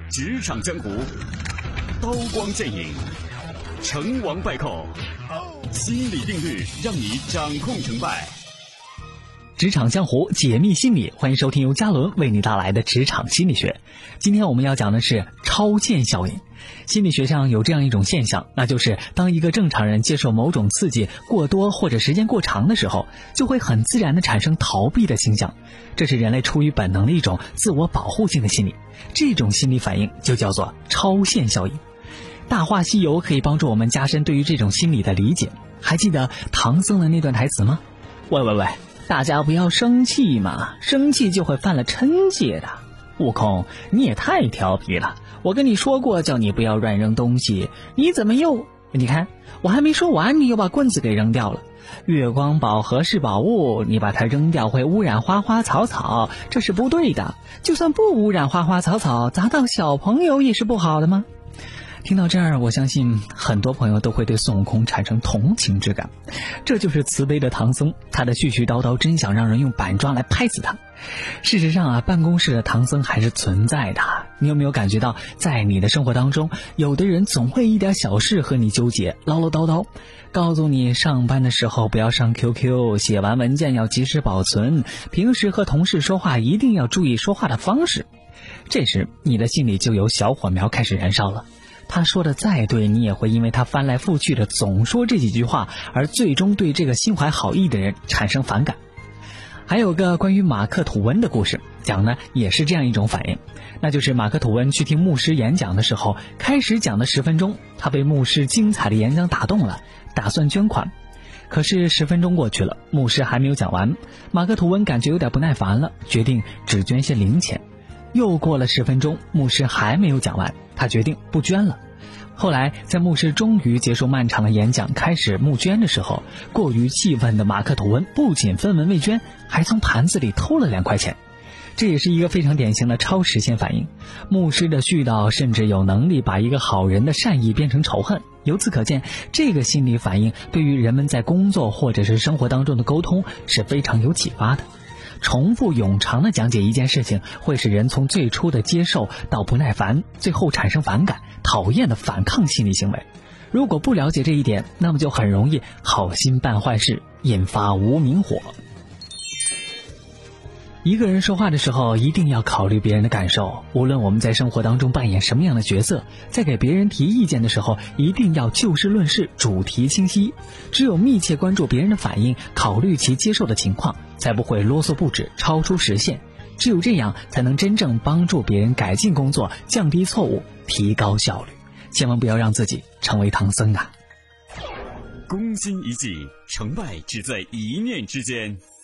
职场江湖，刀光剑影，成王败寇，心理定律让你掌控成败。 职场江湖解密心理，欢迎收听由嘉伦为你带来的职场心理学。今天我们要讲的是超限效应。心理学上有这样一种现象，那就是当一个正常人接受某种刺激过多或者时间过长的时候，就会很自然地产生逃避的倾向。这是人类出于本能的一种自我保护性的心理，这种心理反应就叫做超限效应。大话西游可以帮助我们加深对于这种心理的理解。还记得唐僧的那段台词吗？喂，大家不要生气嘛，生气就会犯了嗔戒的。悟空，你也太调皮了，我跟你说过叫你不要乱扔东西，你怎么又……你看我还没说完，你又把棍子给扔掉了。月光宝盒是宝物，你把它扔掉会污染花花草草，这是不对的。就算不污染花花草草，砸到小朋友也是不好的吗？听到这儿，我相信很多朋友都会对孙悟空产生同情之感。这就是慈悲的唐僧，他的絮絮叨叨真想让人用板砖来拍死他。事实上办公室的唐僧还是存在的。你有没有感觉到，在你的生活当中，有的人总会一点小事和你纠结，唠唠叨叨，告诉你上班的时候不要上 QQ， 写完文件要及时保存，平时和同事说话一定要注意说话的方式。这时你的心里就有小火苗开始燃烧了。他说的再对，你也会因为他翻来覆去的总说这几句话，而最终对这个心怀好意的人产生反感。还有个关于马克吐温的故事，讲呢也是这样一种反应。那就是马克吐温去听牧师演讲的时候，开始讲的10分钟，他被牧师精彩的演讲打动了，打算捐款。可是10分钟过去了，牧师还没有讲完，马克吐温感觉有点不耐烦了，决定只捐些零钱。又过了10分钟，牧师还没有讲完，他决定不捐了。后来在牧师终于结束漫长的演讲，开始募捐的时候，过于气愤的马克吐温不仅分文未捐，还从盘子里偷了2块钱。这也是一个非常典型的超时限反应。牧师的絮叨甚至有能力把一个好人的善意变成仇恨。由此可见，这个心理反应对于人们在工作或者是生活当中的沟通是非常有启发的。重复冗长的讲解一件事情，会使人从最初的接受到不耐烦，最后产生反感、讨厌的反抗心理行为。如果不了解这一点，那么就很容易好心办坏事，引发无名火。一个人说话的时候，一定要考虑别人的感受。无论我们在生活当中扮演什么样的角色，在给别人提意见的时候，一定要就事论事，主题清晰。只有密切关注别人的反应，考虑其接受的情况，才不会啰嗦不止，超出时限。只有这样，才能真正帮助别人改进工作，降低错误，提高效率。千万不要让自己成为唐僧啊！ 攻心一计，成败只在一念之间。